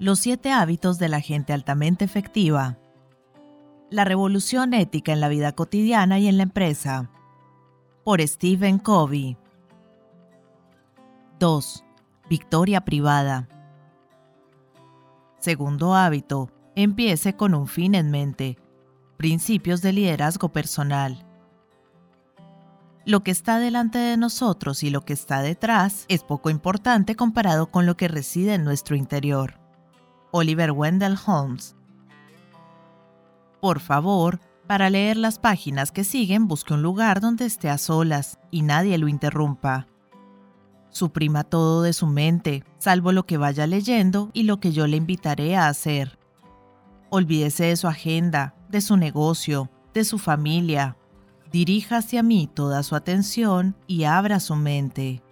Los 7 hábitos de la gente altamente efectiva. La revolución ética en la vida cotidiana y en la empresa. Por Stephen Covey. 2. Victoria privada. Segundo hábito. Empiece con un fin en mente. Principios de liderazgo personal. Lo que está delante de nosotros y lo que está detrás es poco importante comparado con lo que reside en nuestro interior. Oliver Wendell Holmes. Por favor, para leer las páginas que siguen, busque un lugar donde esté a solas y nadie lo interrumpa. Suprima todo de su mente, salvo lo que vaya leyendo y lo que yo le invitaré a hacer. Olvídese de su agenda, de su negocio, de su familia. Dirija hacia mí toda su atención y abra su mente.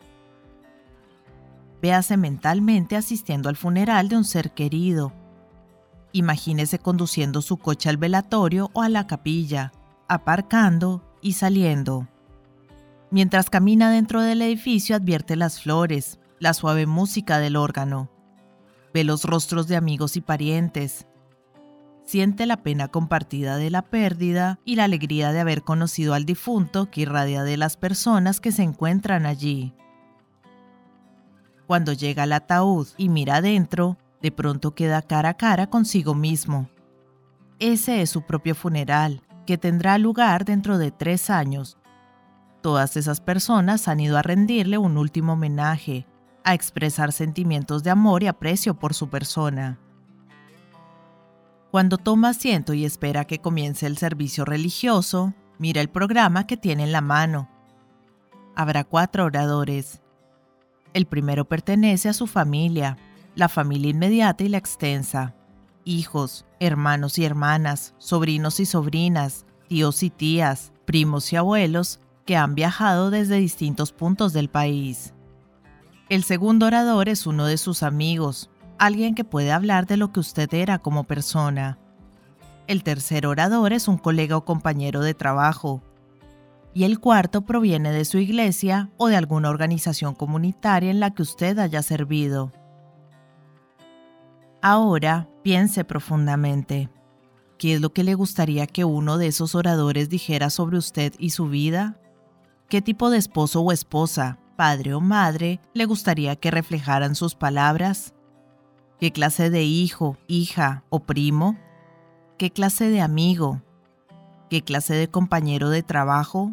Véase mentalmente asistiendo al funeral de un ser querido. Imagínese conduciendo su coche al velatorio o a la capilla, aparcando y saliendo. Mientras camina dentro del edificio, advierte las flores, la suave música del órgano. Ve los rostros de amigos y parientes. Siente la pena compartida de la pérdida y la alegría de haber conocido al difunto que irradia de las personas que se encuentran allí. Cuando llega al ataúd y mira adentro, de pronto queda cara a cara consigo mismo. Ese es su propio funeral, que tendrá lugar dentro de 3 años. Todas esas personas han ido a rendirle un último homenaje, a expresar sentimientos de amor y aprecio por su persona. Cuando toma asiento y espera que comience el servicio religioso, mira el programa que tiene en la mano. Habrá 4 oradores. El primero pertenece a su familia, la familia inmediata y la extensa. Hijos, hermanos y hermanas, sobrinos y sobrinas, tíos y tías, primos y abuelos que han viajado desde distintos puntos del país. El segundo orador es uno de sus amigos, alguien que puede hablar de lo que usted era como persona. El tercer orador es un colega o compañero de trabajo. Y el cuarto proviene de su iglesia o de alguna organización comunitaria en la que usted haya servido. Ahora, piense profundamente. ¿Qué es lo que le gustaría que uno de esos oradores dijera sobre usted y su vida? ¿Qué tipo de esposo o esposa, padre o madre, le gustaría que reflejaran sus palabras? ¿Qué clase de hijo, hija o primo? ¿Qué clase de amigo? ¿Qué clase de compañero de trabajo?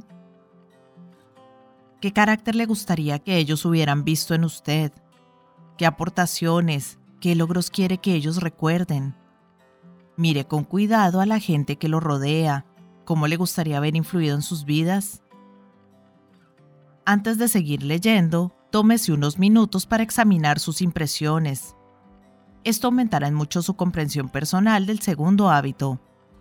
¿Qué carácter le gustaría que ellos hubieran visto en usted? ¿Qué aportaciones, qué logros quiere que ellos recuerden? Mire con cuidado a la gente que lo rodea. ¿Cómo le gustaría haber influido en sus vidas? Antes de seguir leyendo, tómese unos minutos para examinar sus impresiones. Esto aumentará en mucho su comprensión personal del segundo hábito.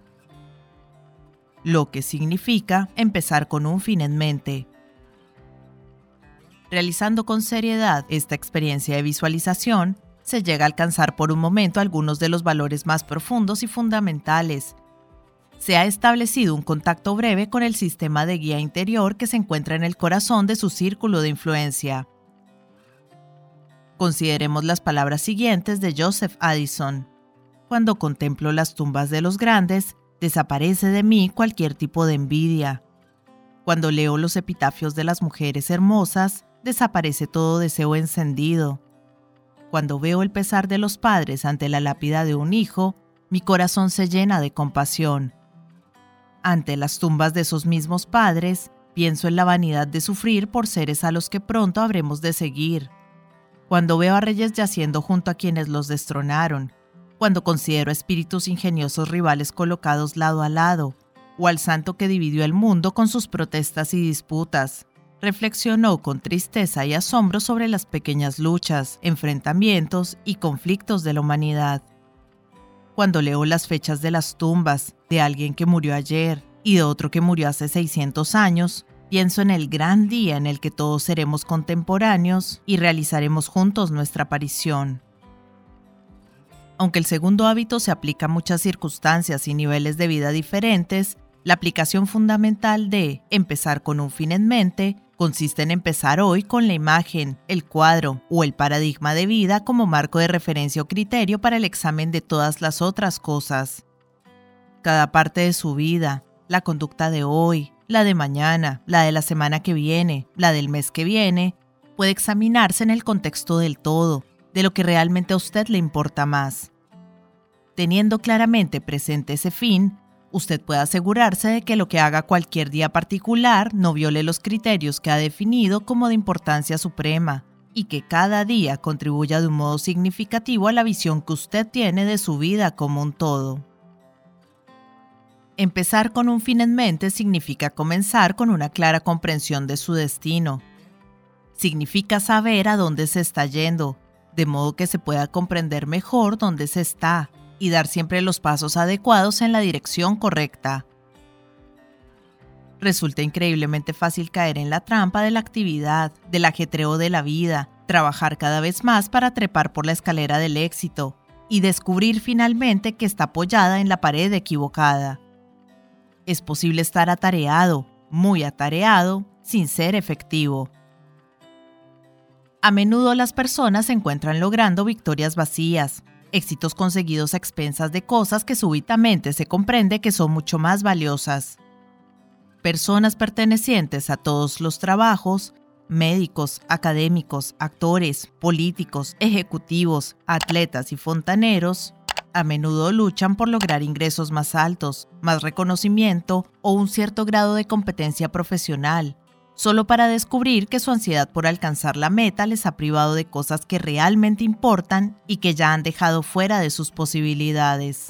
Lo que significa empezar con un fin en mente. Realizando con seriedad esta experiencia de visualización, se llega a alcanzar por un momento algunos de los valores más profundos y fundamentales. Se ha establecido un contacto breve con el sistema de guía interior que se encuentra en el corazón de su círculo de influencia. Consideremos las palabras siguientes de Joseph Addison. Cuando contemplo las tumbas de los grandes, desaparece de mí cualquier tipo de envidia. Cuando leo los epitafios de las mujeres hermosas, desaparece todo deseo encendido. Cuando veo el pesar de los padres ante la lápida de un hijo, mi corazón se llena de compasión. Ante las tumbas de esos mismos padres, pienso en la vanidad de sufrir por seres a los que pronto habremos de seguir. Cuando veo a reyes yaciendo junto a quienes los destronaron, cuando considero espíritus ingeniosos rivales colocados lado a lado, o al santo que dividió el mundo con sus protestas y disputas, reflexionó con tristeza y asombro sobre las pequeñas luchas, enfrentamientos y conflictos de la humanidad. Cuando leo las fechas de las tumbas de alguien que murió ayer y de otro que murió hace 600 años, pienso en el gran día en el que todos seremos contemporáneos y realizaremos juntos nuestra aparición. Aunque el segundo hábito se aplica a muchas circunstancias y niveles de vida diferentes, la aplicación fundamental de empezar con un fin en mente Consiste en empezar hoy con la imagen, el cuadro o el paradigma de vida como marco de referencia o criterio para el examen de todas las otras cosas. Cada parte de su vida, la conducta de hoy, la de mañana, la de la semana que viene, la del mes que viene, puede examinarse en el contexto del todo, de lo que realmente a usted le importa más. Teniendo claramente presente ese fin, usted puede asegurarse de que lo que haga cualquier día particular no viole los criterios que ha definido como de importancia suprema y que cada día contribuya de un modo significativo a la visión que usted tiene de su vida como un todo. Empezar con un fin en mente significa comenzar con una clara comprensión de su destino. Significa saber a dónde se está yendo, de modo que se pueda comprender mejor dónde se está y dar siempre los pasos adecuados en la dirección correcta. Resulta increíblemente fácil caer en la trampa de la actividad, del ajetreo de la vida, trabajar cada vez más para trepar por la escalera del éxito y descubrir finalmente que está apoyada en la pared equivocada. Es posible estar atareado, muy atareado, sin ser efectivo. A menudo las personas se encuentran logrando victorias vacías, éxitos conseguidos a expensas de cosas que súbitamente se comprende que son mucho más valiosas. Personas pertenecientes a todos los trabajos, médicos, académicos, actores, políticos, ejecutivos, atletas y fontaneros, a menudo luchan por lograr ingresos más altos, más reconocimiento o un cierto grado de competencia profesional, solo para descubrir que su ansiedad por alcanzar la meta les ha privado de cosas que realmente importan y que ya han dejado fuera de sus posibilidades.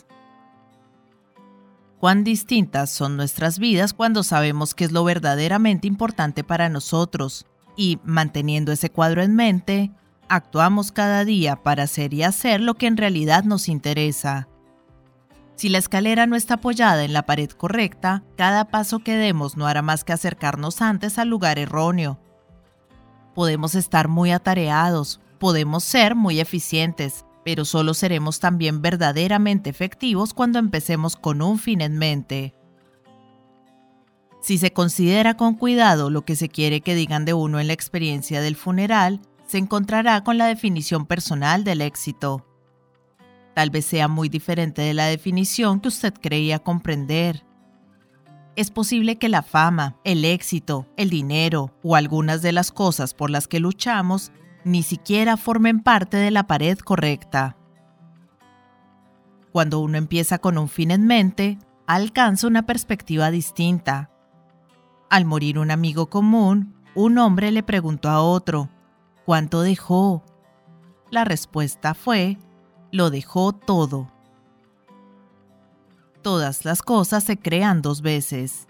Cuán distintas son nuestras vidas cuando sabemos qué es lo verdaderamente importante para nosotros y, manteniendo ese cuadro en mente, actuamos cada día para hacer y hacer lo que en realidad nos interesa. Si la escalera no está apoyada en la pared correcta, cada paso que demos no hará más que acercarnos antes al lugar erróneo. Podemos estar muy atareados, podemos ser muy eficientes, pero solo seremos también verdaderamente efectivos cuando empecemos con un fin en mente. Si se considera con cuidado lo que se quiere que digan de uno en la experiencia del funeral, se encontrará con la definición personal del éxito. Tal vez sea muy diferente de la definición que usted creía comprender. Es posible que la fama, el éxito, el dinero o algunas de las cosas por las que luchamos ni siquiera formen parte de la pared correcta. Cuando uno empieza con un fin en mente, alcanza una perspectiva distinta. Al morir un amigo común, un hombre le preguntó a otro, ¿cuánto dejó? La respuesta fue, lo dejó todo. Todas las cosas se crean dos veces.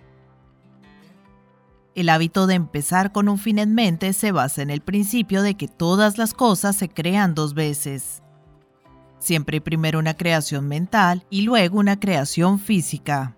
El hábito de empezar con un fin en mente se basa en el principio de que todas las cosas se crean dos veces. Siempre hay primero una creación mental y luego una creación física.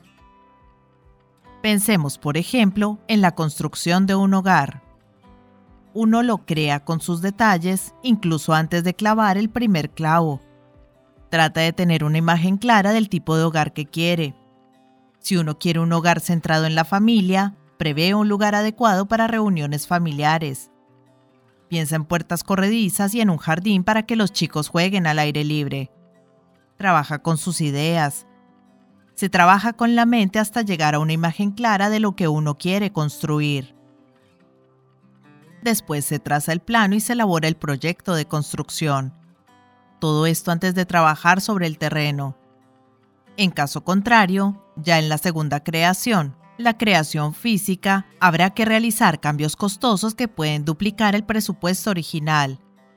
Pensemos, por ejemplo, en la construcción de un hogar. Uno lo crea con sus detalles, incluso antes de clavar el primer clavo. Trata de tener una imagen clara del tipo de hogar que quiere. Si uno quiere un hogar centrado en la familia, prevé un lugar adecuado para reuniones familiares. Piensa en puertas corredizas y en un jardín para que los chicos jueguen al aire libre. Trabaja con sus ideas. Se trabaja con la mente hasta llegar a una imagen clara de lo que uno quiere construir. Después se traza el plano y se elabora el proyecto de construcción. Todo esto antes de trabajar sobre el terreno. En caso contrario, ya en la segunda creación, la creación física, habrá que realizar cambios costosos que pueden duplicar el presupuesto original.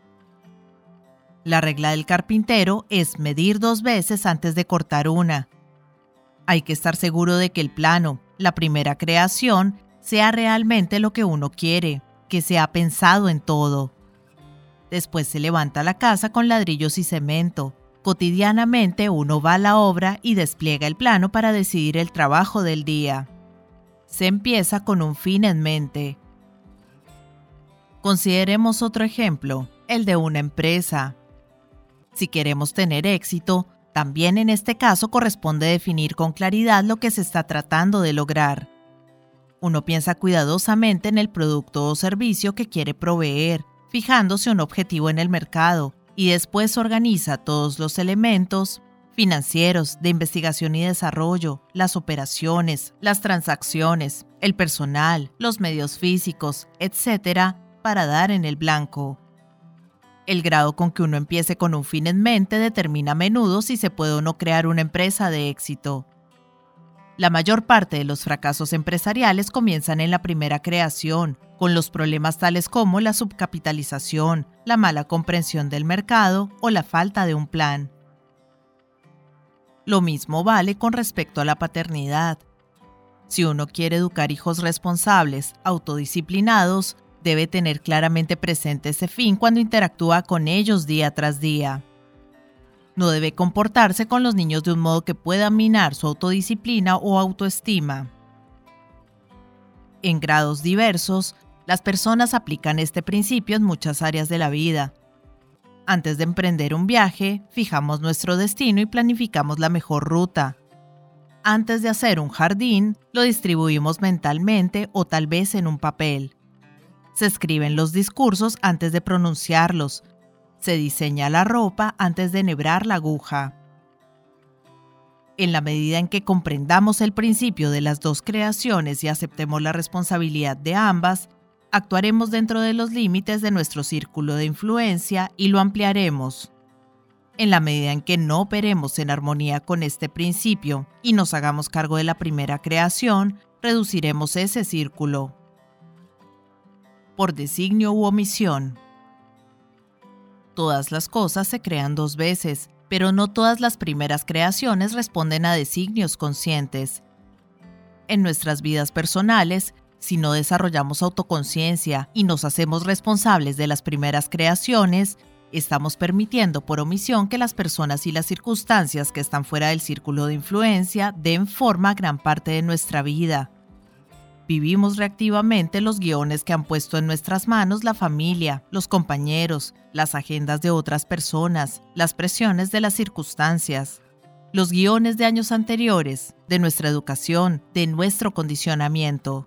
La regla del carpintero es medir 2 veces antes de cortar una. Hay que estar seguro de que el plano, la primera creación, sea realmente lo que uno quiere, que se ha pensado en todo. Después se levanta la casa con ladrillos y cemento. Cotidianamente uno va a la obra y despliega el plano para decidir el trabajo del día. Se empieza con un fin en mente. Consideremos otro ejemplo, el de una empresa. Si queremos tener éxito, también en este caso corresponde definir con claridad lo que se está tratando de lograr. Uno piensa cuidadosamente en el producto o servicio que quiere proveer, fijándose un objetivo en el mercado, y después organiza todos los elementos financieros, de investigación y desarrollo, las operaciones, las transacciones, el personal, los medios físicos, etc., para dar en el blanco. El grado con que uno empiece con un fin en mente determina a menudo si se puede o no crear una empresa de éxito. La mayor parte de los fracasos empresariales comienzan en la primera creación, con los problemas tales como la subcapitalización, la mala comprensión del mercado o la falta de un plan. Lo mismo vale con respecto a la paternidad. Si uno quiere educar hijos responsables, autodisciplinados, debe tener claramente presente ese fin cuando interactúa con ellos día tras día. No debe comportarse con los niños de un modo que pueda minar su autodisciplina o autoestima. En grados diversos, las personas aplican este principio en muchas áreas de la vida. Antes de emprender un viaje, fijamos nuestro destino y planificamos la mejor ruta. Antes de hacer un jardín, lo distribuimos mentalmente o tal vez en un papel. Se escriben los discursos antes de pronunciarlos. Se diseña la ropa antes de enhebrar la aguja. En la medida en que comprendamos el principio de las dos creaciones y aceptemos la responsabilidad de ambas, actuaremos dentro de los límites de nuestro círculo de influencia y lo ampliaremos. En la medida en que no operemos en armonía con este principio y nos hagamos cargo de la primera creación, reduciremos ese círculo. Por designio u omisión. Todas las cosas se crean dos veces, pero no todas las primeras creaciones responden a designios conscientes. En nuestras vidas personales, si no desarrollamos autoconciencia y nos hacemos responsables de las primeras creaciones, estamos permitiendo por omisión que las personas y las circunstancias que están fuera del círculo de influencia den forma a gran parte de nuestra vida. Vivimos reactivamente los guiones que han puesto en nuestras manos la familia, los compañeros, las agendas de otras personas, las presiones de las circunstancias, los guiones de años anteriores, de nuestra educación, de nuestro condicionamiento.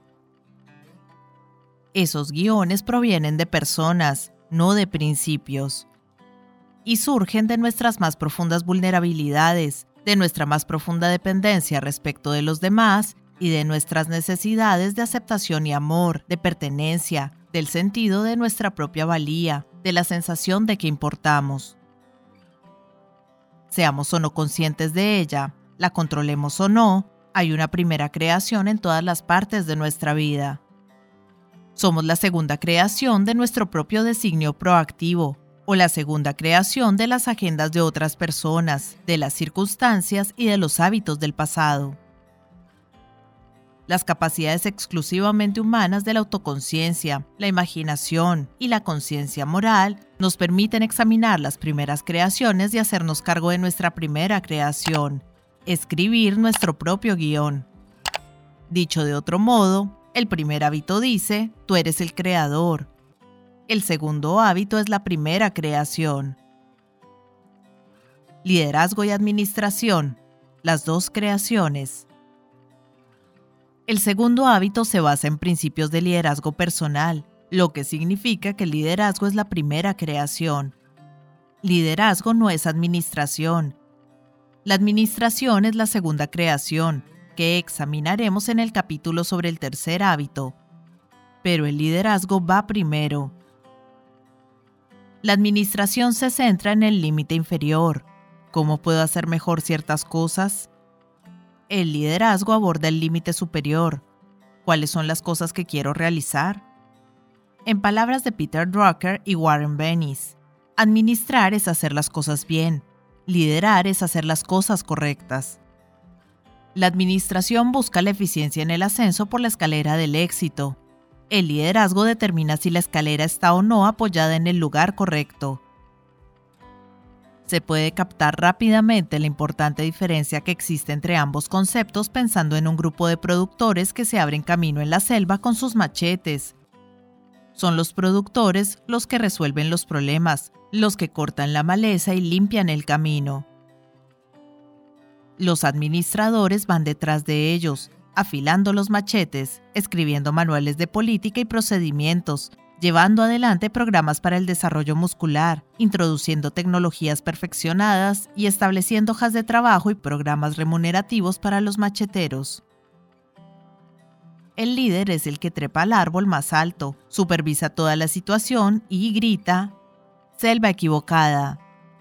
Esos guiones provienen de personas, no de principios, y surgen de nuestras más profundas vulnerabilidades, de nuestra más profunda dependencia respecto de los demás y de nuestras necesidades de aceptación y amor, de pertenencia, del sentido de nuestra propia valía, de la sensación de que importamos. Seamos o no conscientes de ella, la controlemos o no, hay una primera creación en todas las partes de nuestra vida. Somos la segunda creación de nuestro propio designio proactivo, o la segunda creación de las agendas de otras personas, de las circunstancias y de los hábitos del pasado. Las capacidades exclusivamente humanas de la autoconciencia, la imaginación y la conciencia moral nos permiten examinar las primeras creaciones y hacernos cargo de nuestra primera creación, escribir nuestro propio guión. Dicho de otro modo, el primer hábito dice, tú eres el creador. El segundo hábito es la primera creación. Liderazgo y administración, las dos creaciones. El segundo hábito se basa en principios de liderazgo personal, lo que significa que el liderazgo es la primera creación. Liderazgo no es administración. La administración es la segunda creación, que examinaremos en el capítulo sobre el tercer hábito. Pero el liderazgo va primero. La administración se centra en el límite inferior. ¿Cómo puedo hacer mejor ciertas cosas? El liderazgo aborda el límite superior. ¿Cuáles son las cosas que quiero realizar? En palabras de Peter Drucker y Warren Bennis, administrar es hacer las cosas bien, liderar es hacer las cosas correctas. La administración busca la eficiencia en el ascenso por la escalera del éxito. El liderazgo determina si la escalera está o no apoyada en el lugar correcto. Se puede captar rápidamente la importante diferencia que existe entre ambos conceptos pensando en un grupo de productores que se abren camino en la selva con sus machetes. Son los productores los que resuelven los problemas, los que cortan la maleza y limpian el camino. Los administradores van detrás de ellos, afilando los machetes, escribiendo manuales de política y procedimientos, llevando adelante programas para el desarrollo muscular, introduciendo tecnologías perfeccionadas y estableciendo hojas de trabajo y programas remunerativos para los macheteros. El líder es el que trepa al árbol más alto, supervisa toda la situación y grita: «Selva equivocada».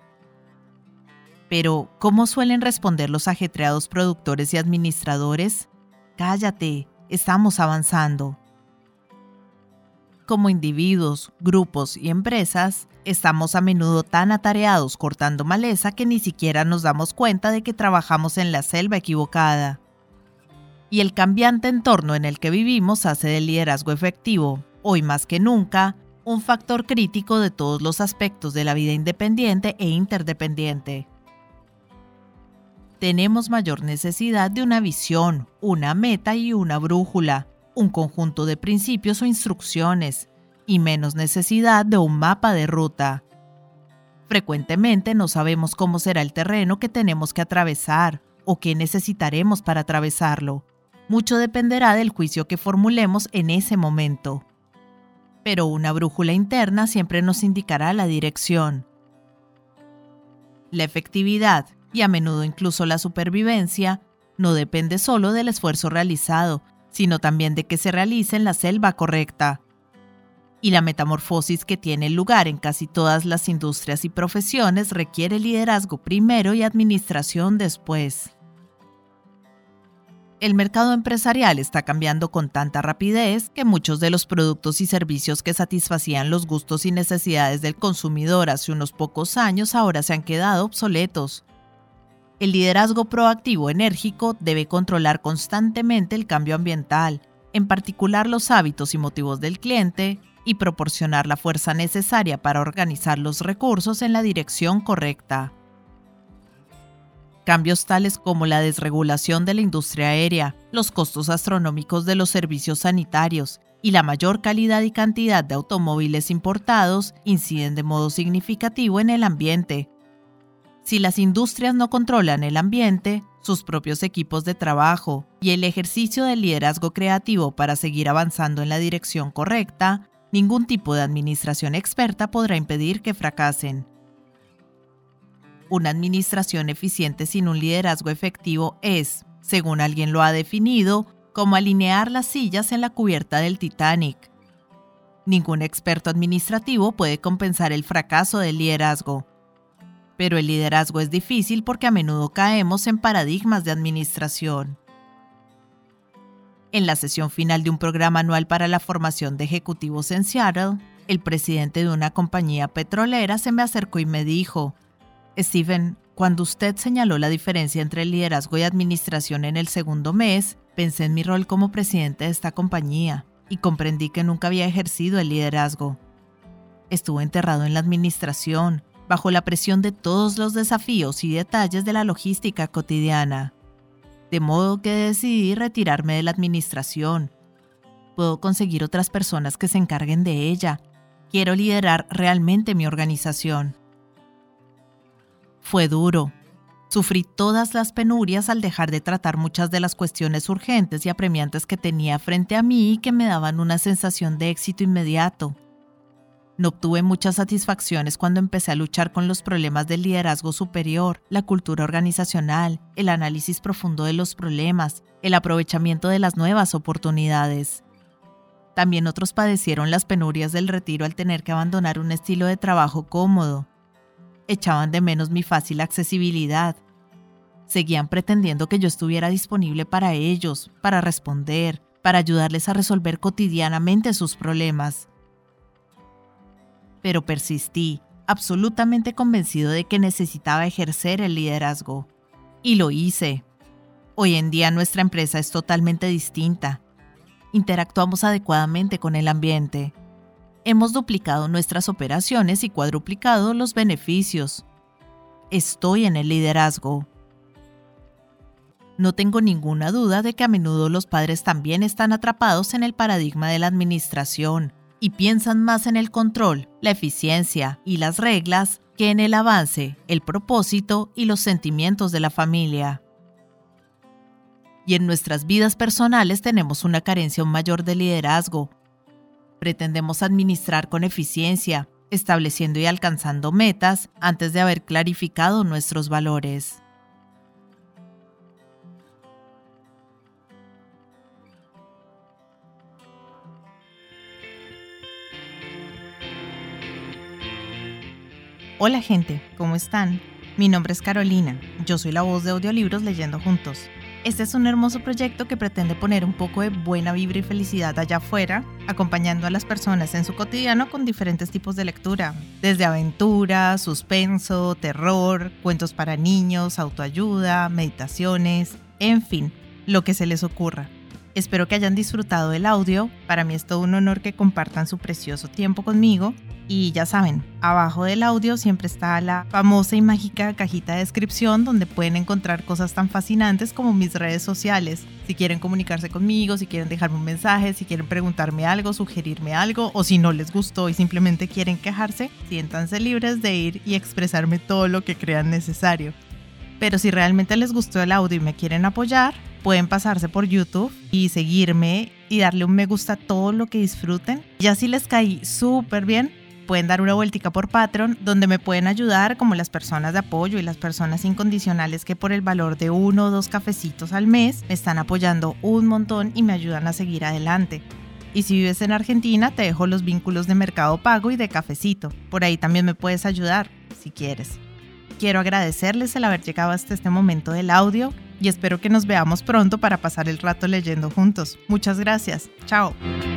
Pero, ¿cómo suelen responder los ajetreados productores y administradores? «Cállate, estamos avanzando». Como individuos, grupos y empresas, estamos a menudo tan atareados cortando maleza que ni siquiera nos damos cuenta de que trabajamos en la selva equivocada. Y el cambiante entorno en el que vivimos hace del liderazgo efectivo, hoy más que nunca, un factor crítico de todos los aspectos de la vida independiente e interdependiente. Tenemos mayor necesidad de una visión, una meta y una brújula, un conjunto de principios o instrucciones, y menos necesidad de un mapa de ruta. Frecuentemente no sabemos cómo será el terreno que tenemos que atravesar o qué necesitaremos para atravesarlo. Mucho dependerá del juicio que formulemos en ese momento. Pero una brújula interna siempre nos indicará la dirección. La efectividad, y a menudo incluso la supervivencia, no depende solo del esfuerzo realizado, sino también de que se realice en la selva correcta. Y la metamorfosis que tiene lugar en casi todas las industrias y profesiones requiere liderazgo primero y administración después. El mercado empresarial está cambiando con tanta rapidez que muchos de los productos y servicios que satisfacían los gustos y necesidades del consumidor hace unos pocos años ahora se han quedado obsoletos. El liderazgo proactivo enérgico debe controlar constantemente el cambio ambiental, en particular los hábitos y motivos del cliente, y proporcionar la fuerza necesaria para organizar los recursos en la dirección correcta. Cambios tales como la desregulación de la industria aérea, los costos astronómicos de los servicios sanitarios y la mayor calidad y cantidad de automóviles importados inciden de modo significativo en el ambiente. Si las industrias no controlan el ambiente, sus propios equipos de trabajo y el ejercicio del liderazgo creativo para seguir avanzando en la dirección correcta, ningún tipo de administración experta podrá impedir que fracasen. Una administración eficiente sin un liderazgo efectivo es, según alguien lo ha definido, como alinear las sillas en la cubierta del Titanic. Ningún experto administrativo puede compensar el fracaso del liderazgo. Pero el liderazgo es difícil porque a menudo caemos en paradigmas de administración. En la sesión final de un programa anual para la formación de ejecutivos en Seattle, el presidente de una compañía petrolera se me acercó y me dijo: «Stephen, cuando usted señaló la diferencia entre el liderazgo y administración en el segundo mes, pensé en mi rol como presidente de esta compañía y comprendí que nunca había ejercido el liderazgo. Estuve enterrado en la administración, bajo la presión de todos los desafíos y detalles de la logística cotidiana. De modo que decidí retirarme de la administración. Puedo conseguir otras personas que se encarguen de ella. Quiero liderar realmente mi organización». Fue duro. Sufrí todas las penurias al dejar de tratar muchas de las cuestiones urgentes y apremiantes que tenía frente a mí y que me daban una sensación de éxito inmediato. No obtuve muchas satisfacciones cuando empecé a luchar con los problemas del liderazgo superior, la cultura organizacional, el análisis profundo de los problemas, el aprovechamiento de las nuevas oportunidades. También otros padecieron las penurias del retiro al tener que abandonar un estilo de trabajo cómodo. Echaban de menos mi fácil accesibilidad. Seguían pretendiendo que yo estuviera disponible para ellos, para responder, para ayudarles a resolver cotidianamente sus problemas. Pero persistí, absolutamente convencido de que necesitaba ejercer el liderazgo. Y lo hice. Hoy en día nuestra empresa es totalmente distinta. Interactuamos adecuadamente con el ambiente. Hemos duplicado nuestras operaciones y cuadruplicado los beneficios. Estoy en el liderazgo. No tengo ninguna duda de que a menudo los padres también están atrapados en el paradigma de la administración y piensan más en el control, la eficiencia y las reglas que en el avance, el propósito y los sentimientos de la familia. y en nuestras vidas personales tenemos una carencia aún mayor de liderazgo. Pretendemos administrar con eficiencia, estableciendo y alcanzando metas antes de haber clarificado nuestros valores. Hola gente, ¿cómo están? Mi nombre es Carolina, yo soy la voz de Audiolibros Leyendo Juntos. Este es un hermoso proyecto que pretende poner un poco de buena vibra y felicidad allá afuera, acompañando a las personas en su cotidiano con diferentes tipos de lectura, desde aventura, suspenso, terror, cuentos para niños, autoayuda, meditaciones, en fin, lo que se les ocurra. Espero que hayan disfrutado del audio, para mí es todo un honor que compartan su precioso tiempo conmigo. Y ya saben, abajo del audio siempre está la famosa y mágica cajita de descripción donde pueden encontrar cosas tan fascinantes como mis redes sociales. Si quieren comunicarse conmigo, si quieren dejarme un mensaje, si quieren preguntarme algo, sugerirme algo o si no les gustó y simplemente quieren quejarse, siéntanse libres de ir y expresarme todo lo que crean necesario. Pero si realmente les gustó el audio y me quieren apoyar, pueden pasarse por YouTube y seguirme y darle un me gusta a todo lo que disfruten. Ya si les caí súper bien, pueden dar una vueltica por Patreon, donde me pueden ayudar como las personas de apoyo y las personas incondicionales que por el valor de 1 o 2 cafecitos al mes me están apoyando un montón y me ayudan a seguir adelante. Y si vives en Argentina, te dejo los vínculos de Mercado Pago y de Cafecito. Por ahí también me puedes ayudar, si quieres. Quiero agradecerles el haber llegado hasta este momento del audio y espero que nos veamos pronto para pasar el rato leyendo juntos. Muchas gracias. Chao.